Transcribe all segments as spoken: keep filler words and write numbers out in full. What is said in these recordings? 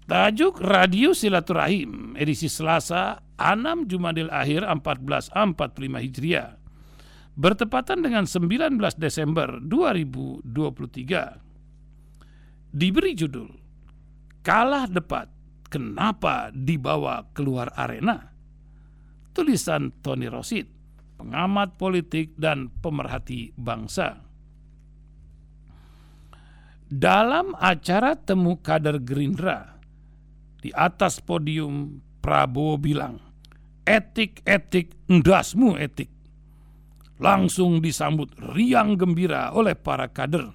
Tajuk Radio Silaturahim edisi Selasa enam Jumadil Akhir seribu empat ratus empat puluh lima Hijriah bertepatan dengan sembilan belas Desember dua ribu dua puluh tiga. Diberi judul Kalah Debat, Kenapa Dibawa Keluar Arena? Tulisan Tony Rosid, pengamat politik dan pemerhati bangsa. Dalam acara temu kader Gerindra, di atas podium Prabowo bilang, etik-etik ndasmu etik. Langsung disambut riang gembira oleh para kader.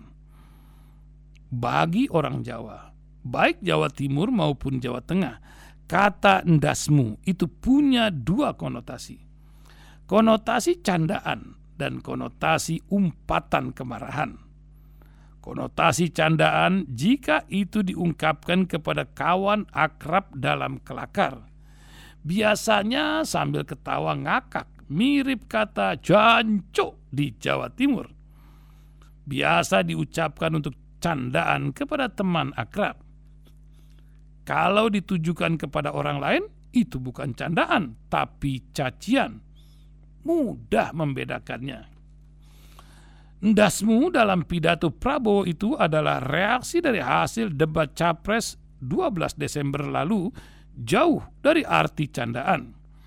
Bagi orang Jawa, baik Jawa Timur maupun Jawa Tengah, kata ndasmu itu punya dua konotasi. Konotasi candaan dan konotasi umpatan kemarahan. Konotasi candaan jika itu diungkapkan kepada kawan akrab dalam kelakar. Biasanya sambil ketawa ngakak, mirip kata jancuk di Jawa Timur. Biasa diucapkan untuk candaan kepada teman akrab. Kalau ditujukan kepada orang lain, itu bukan candaan, tapi cacian. Mudah membedakannya. Ndasmu dalam pidato Prabowo itu adalah reaksi dari hasil debat Capres dua belas Desember lalu, jauh dari arti candaan.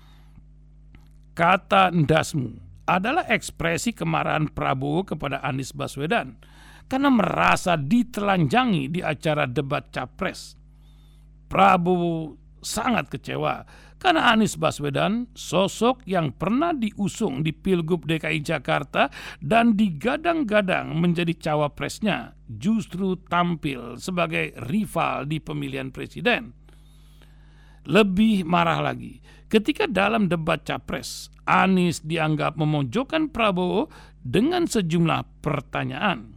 Kata ndasmu adalah ekspresi kemarahan Prabowo kepada Anies Baswedan karena merasa ditelanjangi di acara debat Capres. Prabowo sangat kecewa karena Anies Baswedan, sosok yang pernah diusung di Pilgub D K I Jakarta dan digadang-gadang menjadi cawapresnya, justru tampil sebagai rival di pemilihan presiden. Lebih marah lagi, ketika dalam debat Capres, Anies dianggap memojokkan Prabowo dengan sejumlah pertanyaan.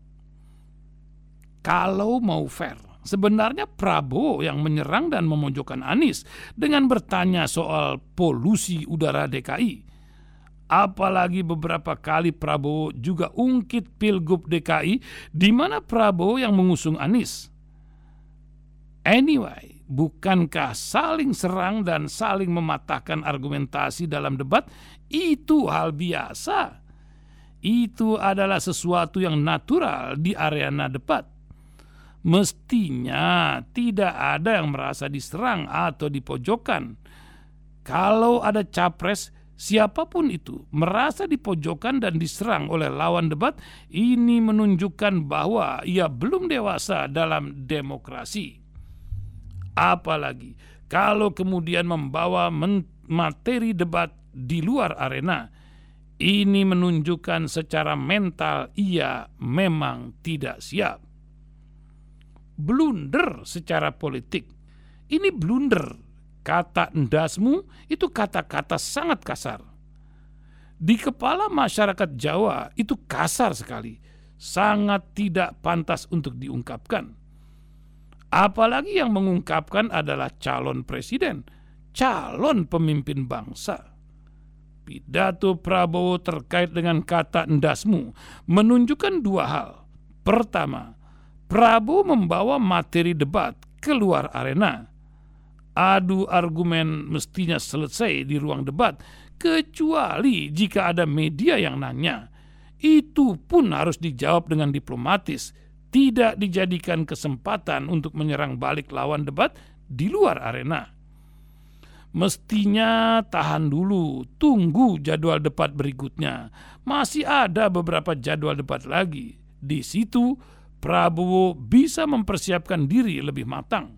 Kalau mau fair, sebenarnya Prabowo yang menyerang dan memojokkan Anies dengan bertanya soal polusi udara D K I. Apalagi beberapa kali Prabowo juga ungkit Pilgub D K I di mana Prabowo yang mengusung Anies. Anyway, bukankah saling serang dan saling mematahkan argumentasi dalam debat itu hal biasa? Itu adalah sesuatu yang natural di arena debat. Mestinya tidak ada yang merasa diserang atau dipojokkan. Kalau ada capres, siapapun itu, merasa dipojokkan dan diserang oleh lawan debat, ini menunjukkan bahwa ia belum dewasa dalam demokrasi. Apalagi kalau kemudian membawa materi debat di luar arena, ini menunjukkan secara mental ia memang tidak siap. Blunder secara politik. Ini blunder. Kata ndasmu itu kata-kata sangat kasar. Di kepala masyarakat Jawa itu kasar sekali. Sangat tidak pantas untuk diungkapkan. Apalagi yang mengungkapkan adalah calon presiden, calon pemimpin bangsa. Pidato Prabowo terkait dengan kata ndasmu menunjukkan dua hal. Pertama, Prabowo membawa materi debat keluar arena. Adu argumen mestinya selesai di ruang debat, kecuali jika ada media yang nanya. Itu pun harus dijawab dengan diplomatis, tidak dijadikan kesempatan untuk menyerang balik lawan debat di luar arena. Mestinya tahan dulu, tunggu jadwal debat berikutnya. Masih ada beberapa jadwal debat lagi. Di situ Prabowo bisa mempersiapkan diri lebih matang.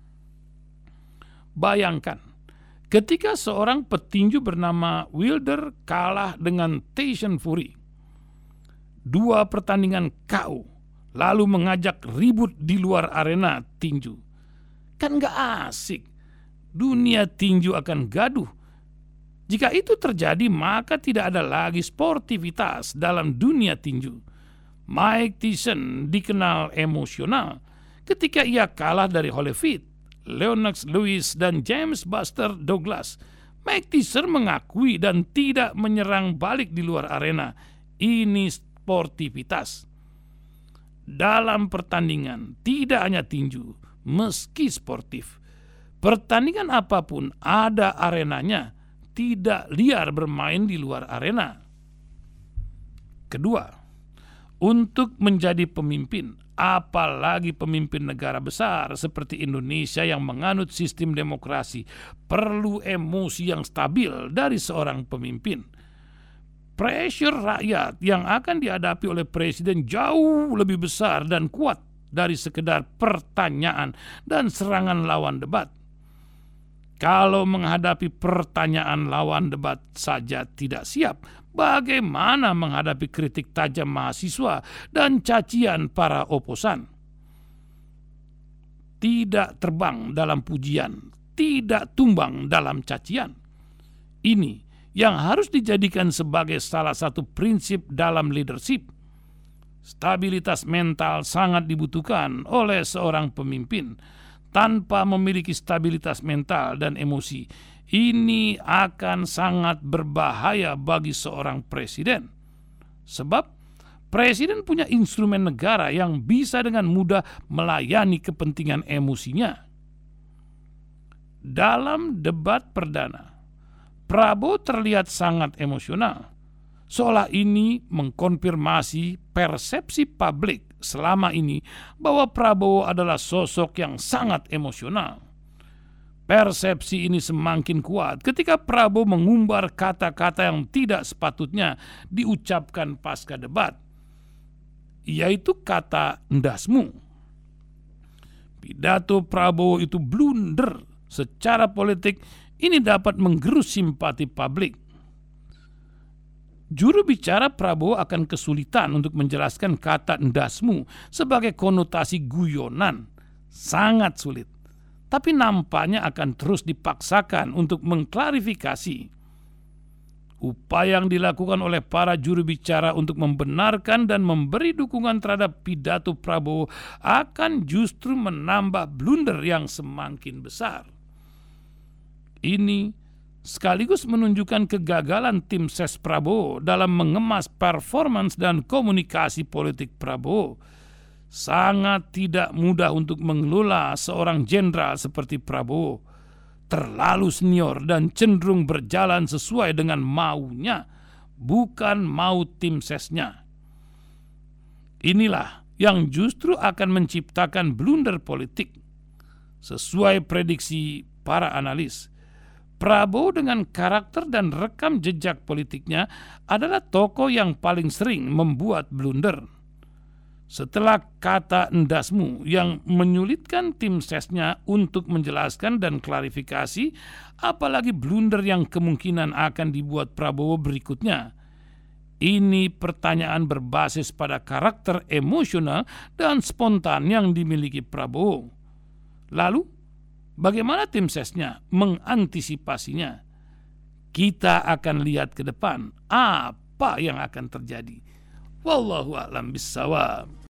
Bayangkan, ketika seorang petinju bernama Wilder kalah dengan Tyson Fury. Dua pertandingan K O, lalu mengajak ribut di luar arena tinju. Kan gak asik, dunia tinju akan gaduh. Jika itu terjadi, maka tidak ada lagi sportivitas dalam dunia tinju. Mike Tyson dikenal emosional ketika ia kalah dari Holyfield, Lennox Lewis, dan James Buster Douglas. Mike Tyson mengakui dan tidak menyerang balik di luar arena. Ini sportivitas. Dalam pertandingan tidak hanya tinju, meski sportif. Pertandingan apapun ada arenanya, tidak liar bermain di luar arena. Kedua, untuk menjadi pemimpin, apalagi pemimpin negara besar seperti Indonesia yang menganut sistem demokrasi, perlu emosi yang stabil dari seorang pemimpin. Pressure rakyat yang akan dihadapi oleh presiden jauh lebih besar dan kuat dari sekedar pertanyaan dan serangan lawan debat. Kalau menghadapi pertanyaan lawan debat saja tidak siap, bagaimana menghadapi kritik tajam mahasiswa dan cacian para oposan? Tidak terbang dalam pujian, tidak tumbang dalam cacian. Ini yang harus dijadikan sebagai salah satu prinsip dalam leadership. Stabilitas mental sangat dibutuhkan oleh seorang pemimpin. Tanpa memiliki stabilitas mental dan emosi, ini akan sangat berbahaya bagi seorang presiden. Sebab presiden punya instrumen negara yang bisa dengan mudah melayani kepentingan emosinya. Dalam debat perdana, Prabowo terlihat sangat emosional, seolah ini mengkonfirmasi persepsi publik selama ini bahwa Prabowo adalah sosok yang sangat emosional. Persepsi ini semakin kuat ketika Prabowo mengumbar kata-kata yang tidak sepatutnya diucapkan pasca debat, yaitu kata ndasmu. Pidato Prabowo itu blunder secara politik, ini dapat menggerus simpati publik. Juru bicara Prabowo akan kesulitan untuk menjelaskan kata ndasmu sebagai konotasi guyonan. Sangat sulit. Tapi nampaknya akan terus dipaksakan untuk mengklarifikasi. Upaya yang dilakukan oleh para juru bicara untuk membenarkan dan memberi dukungan terhadap pidato Prabowo akan justru menambah blunder yang semakin besar. Ini sekaligus menunjukkan kegagalan tim ses Prabowo dalam mengemas performans dan komunikasi politik Prabowo. Sangat tidak mudah untuk mengelola seorang jenderal seperti Prabowo. Terlalu senior dan cenderung berjalan sesuai dengan maunya, bukan mau tim sesnya. Inilah yang justru akan menciptakan blunder politik. Sesuai prediksi para analis, Prabowo dengan karakter dan rekam jejak politiknya adalah tokoh yang paling sering membuat blunder. Setelah kata ndasmu yang menyulitkan tim sesnya untuk menjelaskan dan klarifikasi, apalagi blunder yang kemungkinan akan dibuat Prabowo berikutnya. Ini pertanyaan berbasis pada karakter emosional dan spontan yang dimiliki Prabowo. Lalu, bagaimana tim sesnya mengantisipasinya? Kita akan lihat ke depan apa yang akan terjadi. Wallahu a'lam bishawab.